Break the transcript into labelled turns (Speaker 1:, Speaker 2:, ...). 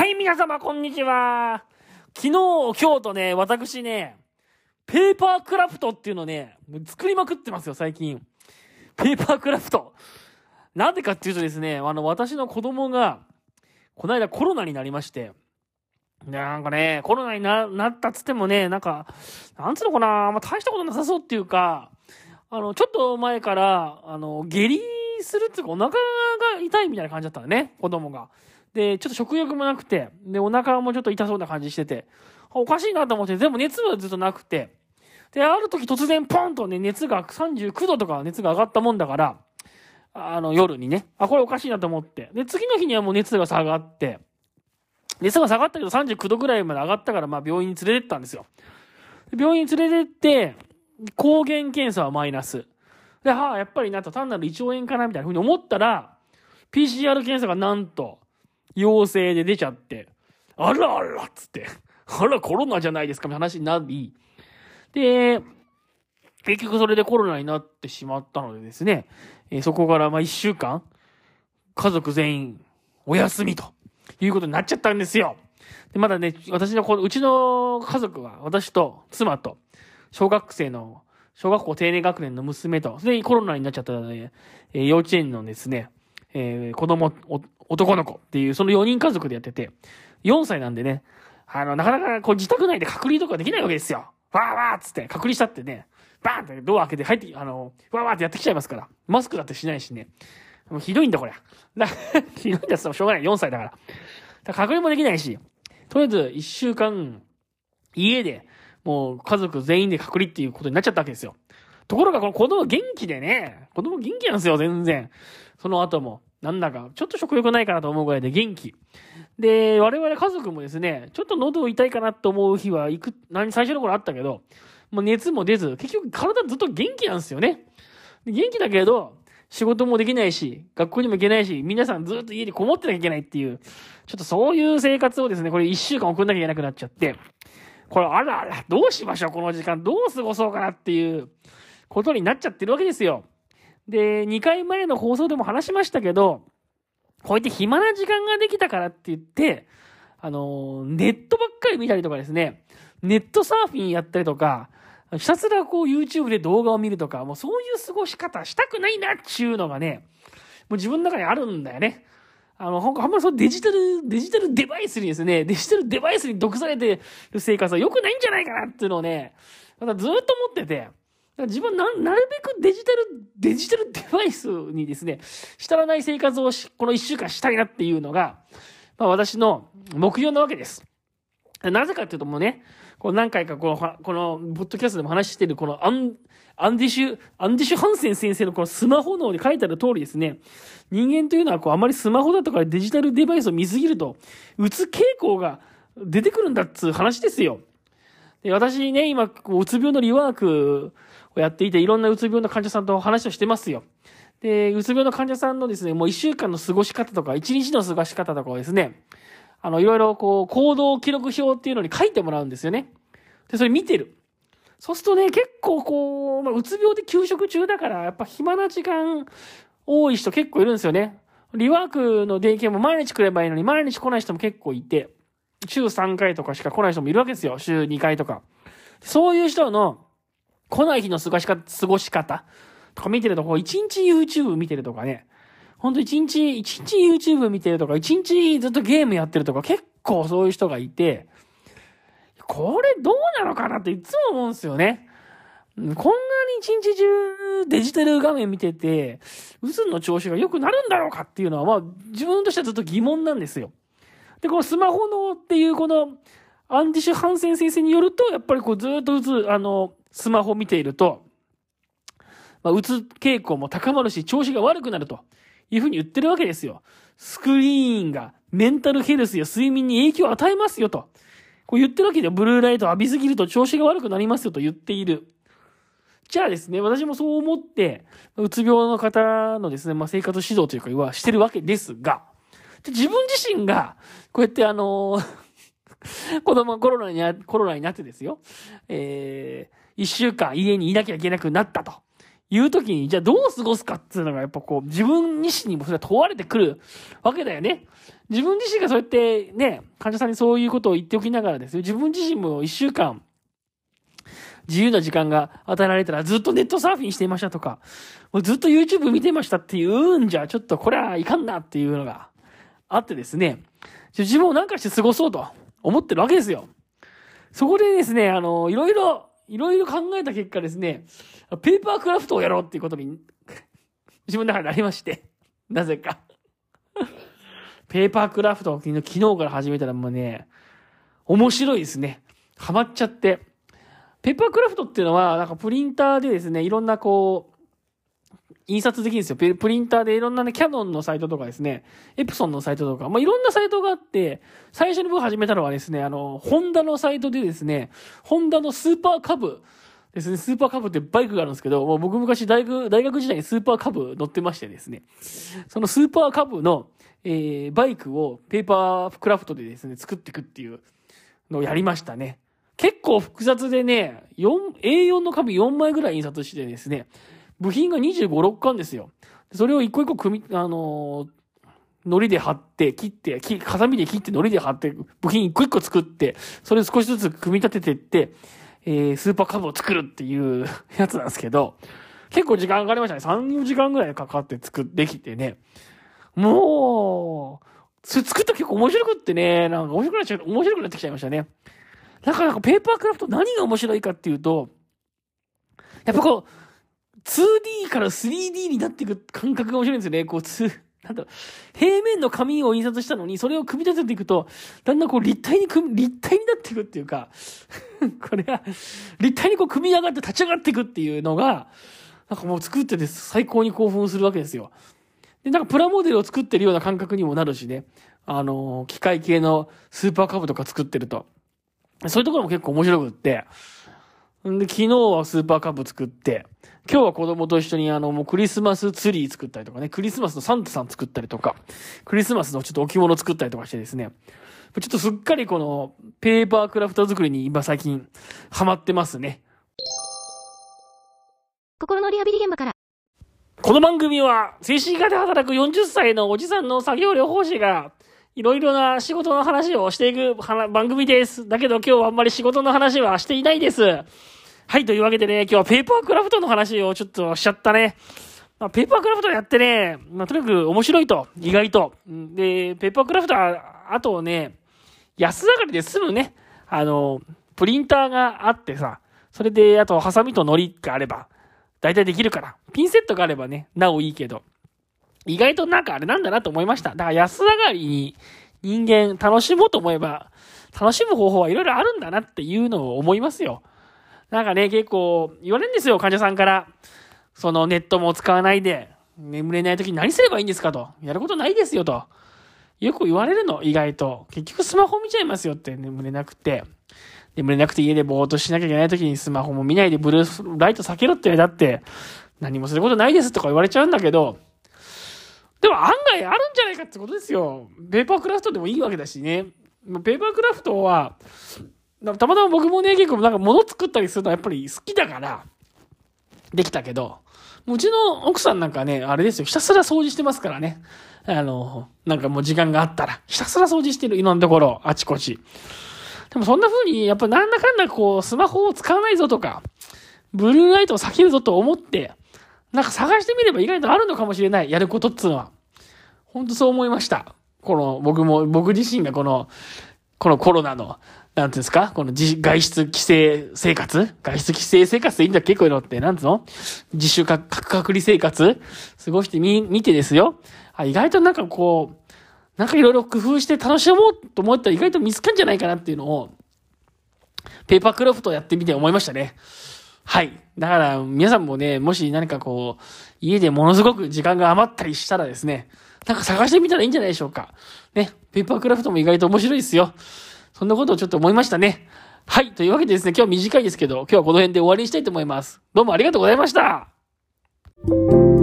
Speaker 1: はい、皆様、こんにちは。昨日、今日とね、私ね、ペーパークラフトっていうのね、作りまくってますよ、最近。ペーパークラフト。なんでかっていうとですね、私の子供が、この間コロナになりまして、なんかね、コロナになったっつってもね、なんつうのかな、大したことなさそうっていうか、ちょっと前から、下痢するっていうか、お腹が痛いみたいな感じだったのね、子供が。で、ちょっと食欲もなくて、で、お腹もちょっと痛そうな感じしてて、おかしいなと思って、でも熱はずっとなくて、で、ある時突然ポンとね、熱が39度とか熱が上がったもんだから、夜にね、これおかしいなと思って。で、次の日にはもう熱が下がって、熱が下がったけど39度ぐらいまで上がったから、病院に連れてったんですよ。病院に連れてって、抗原検査はマイナス。で、やっぱり単なる胃腸炎かなみたいな風に思ったら、PCR 検査がなんと、陽性で出ちゃって、あらあらっつって、あらコロナじゃないですかみたいな話になり、で、結局それでコロナになってしまったのでですね、そこから1週間、家族全員お休みということになっちゃったんですよ。で、まだね、うちの家族は、私と妻と、小学校低年学年の娘と、それでコロナになっちゃったので、幼稚園のですね、子供、男の子っていう、その4人家族でやってて、4歳なんでね、なかなか自宅内で隔離とかできないわけですよ。わーわーっつって隔離したってね、バーンってドア開けて入って、わーわーってやってきちゃいますから。マスクだってしないしね。もうひどいんだこりゃ。ひどいんだっつってもしょうがない。4歳だから。隔離もできないし、とりあえず1週間、家で、もう家族全員で隔離っていうことになっちゃったわけですよ。ところがこの子供元気でね、子供元気なんですよ、全然。その後も。なんだか、ちょっと食欲ないかなと思うぐらいで元気。で、我々家族もですね、ちょっと喉痛いかなと思う日は最初の頃あったけど、もう熱も出ず、結局体ずっと元気なんですよね。元気だけど、仕事もできないし、学校にも行けないし、皆さんずっと家にこもってなきゃいけないっていう、ちょっとそういう生活をですね、これ1週間送んなきゃいけなくなっちゃって、これあらあら、どうしましょう、この時間、どう過ごそうかなっていうことになっちゃってるわけですよ。で、2回前の放送でも話しましたけど、こうやって暇な時間ができたからって言って、ネットばっかり見たりとかですね、ネットサーフィンやったりとか、ひたすらYouTube で動画を見るとか、もうそういう過ごし方したくないなっていうのがね、もう自分の中にあるんだよね。あんまりそのデジタルデバイスにですね、デジタルデバイスに毒されてる生活は良くないんじゃないかなっていうのをね、ずっと思ってて、自分はなるべくデジタルデバイスにですね、浸らない生活をこの1週間したいなっていうのが、私の目標なわけです。なぜかっていうともうね、何回かこの、ポッドキャストでも話しているこのアンディシュ・ハンセン先生のこのスマホ脳で書いてある通りですね、人間というのはあまりスマホだとかデジタルデバイスを見すぎると、うつ傾向が出てくるんだっつう話ですよ。で、私ね、今、うつ病のリワークをやっていて、いろんなうつ病の患者さんと話をしてますよ。で、うつ病の患者さんのですね、もう1週間の過ごし方とか、1日の過ごし方とかをですね、いろいろ行動記録表っていうのに書いてもらうんですよね。で、それ見てる。そうするとね、結構うつ病で休職中だから、やっぱ暇な時間多い人結構いるんですよね。リワークのデイケアも毎日来ればいいのに、毎日来ない人も結構いて、週3回とかしか来ない人もいるわけですよ。週2回とか。そういう人の来ない日の過ごし方とか見てると、1日 YouTube 見てるとかね。ほんと1日 YouTube 見てるとか、1日ずっとゲームやってるとか、結構そういう人がいて、これどうなのかなっていつも思うんですよね。こんなに一日中デジタル画面見てて、うつの調子が良くなるんだろうかっていうのは、自分としてはずっと疑問なんですよ。で、このスマホのっていうこのアンディシュ・ハンセン先生によると、やっぱりずっとスマホ見ていると、うつ傾向も高まるし、調子が悪くなるというふうに言ってるわけですよ。スクリーンがメンタルヘルスや睡眠に影響を与えますよと。言ってるわけで、ブルーライトを浴びすぎると調子が悪くなりますよと言っている。じゃあですね、私もそう思って、うつ病の方のですね、生活指導というかはしてるわけですが、自分自身が、こうやって子供がコロナになってですよ、1週間家にいなきゃいけなくなったという時に、じゃあどう過ごすかっていうのがやっぱこう、自分自身にもそれは問われてくるわけだよね。自分自身がそうやってね、患者さんにそういうことを言っておきながらですよ、自分自身も1週間、自由な時間が与えられたらずっとネットサーフィンしていましたとか、もうずっと YouTube 見てましたっていうんじゃ、ちょっとこれはいかんなっていうのがあってですね、自分を何かして過ごそうと思ってるわけですよ。そこでですね、いろいろ考えた結果ですね、ペーパークラフトをやろうっていうことに、自分の中でなりまして、なぜか。ペーパークラフトを昨日から始めたらもうね、面白いですね。ハマっちゃって。ペーパークラフトっていうのは、なんかプリンターでですね、いろんなこう、印刷できるんですよ。プリンターでいろんなね、キャノンのサイトとかですね、エプソンのサイトとか、いろんなサイトがあって、最初に僕始めたのはですね、ホンダのサイトでですね、ホンダのスーパーカブですね、スーパーカブってバイクがあるんですけど、もう僕昔大学時代にスーパーカブ乗ってましてですね、そのスーパーカブの、バイクをペーパークラフトでですね、作っていくっていうのをやりましたね。結構複雑でね、A4 の紙4枚ぐらい印刷してですね、部品が25、6巻ですよ。それを一個一個糊で貼って、ハサミで切って糊で貼って、部品一個一個作って、それを少しずつ組み立てていって、スーパーカブを作るっていうやつなんですけど、結構時間かかりましたね。3、4時間ぐらいかかってできてね。もう、それ作ったら結構面白くってね、なんか面白くなってきちゃいましたね。なんかペーパークラフト何が面白いかっていうと、やっぱこう、2D から 3D になっていく感覚が面白いんですよね。こう、平面の紙を印刷したのに、それを組み立てていくと、だんだんこう立体になっていくっていうか、これが、立体にこう組み上がって立ち上がっていくっていうのが、なんかもう作ってて最高に興奮するわけですよ。で、なんかプラモデルを作ってるような感覚にもなるしね。機械系のスーパーカブとか作ってると。そういうところも結構面白くって。で、昨日はスーパーカブ作って、今日は子供と一緒にもうクリスマスツリー作ったりとかね、クリスマスのサンタさん作ったりとか、クリスマスのちょっと置物作ったりとかしてですね、ちょっとすっかりこのペーパークラフト作りに今最近ハマってますね。
Speaker 2: 心のリハビリ現場から。
Speaker 1: この番組は精神科で働く40歳のおじさんの作業療法士がいろいろな仕事の話をしていく番組です。だけど今日はあんまり仕事の話はしていないです。はい、というわけでね、今日はペーパークラフトの話をちょっとしちゃったね。ペーパークラフトやってね、とにかく面白いと、意外と。で、ペーパークラフトは、あとね、安上がりで済むね。プリンターがあってさ、それで、あと、ハサミと糊があれば、大体できるから。ピンセットがあればね、なおいいけど。意外となんかあれなんだなと思いました。だから安上がりに人間楽しもうと思えば、楽しむ方法はいろいろあるんだなっていうのを思いますよ。なんかね、結構言われるんですよ、患者さんから。そのネットも使わないで、眠れない時に何すればいいんですかと。やることないですよと。よく言われるの、意外と。結局スマホ見ちゃいますよって、眠れなくて家でぼーっとしなきゃいけない時にスマホも見ないでブルーライト避けろってだって、何もすることないですとか言われちゃうんだけど、でも案外あるんじゃないかってことですよ。ペーパークラフトでもいいわけだしね。ペーパークラフトは、たまたま僕もね、結構なんか物作ったりするのはやっぱり好きだから、できたけど、うちの奥さんなんかね、あれですよ、ひたすら掃除してますからね。なんかもう時間があったら、ひたすら掃除してる、いろんなところ、あちこち。でもそんな風に、やっぱなんだかんだこう、スマホを使わないぞとか、ブルーライトを避けるぞと思って、なんか探してみれば意外とあるのかもしれない、やることっつうのは。ほんとそう思いました。僕自身がこのコロナの、なんていうんですか、この外出規制生活でいいんだ結構いいのって、なんつうの自主隔離生活過ごして見てですよ。意外となんかこう、なんかいろいろ工夫して楽しもうと思ったら意外と見つかるんじゃないかなっていうのを、ペーパークラフトをやってみて思いましたね。はい。だから皆さんもね、もし何かこう、家でものすごく時間が余ったりしたらですね、なんか探してみたらいいんじゃないでしょうか。ね。ペーパークラフトも意外と面白いですよ。そんなことをちょっと思いましたね。はい。というわけでですね、今日は短いですけど、今日はこの辺で終わりにしたいと思います。どうもありがとうございました。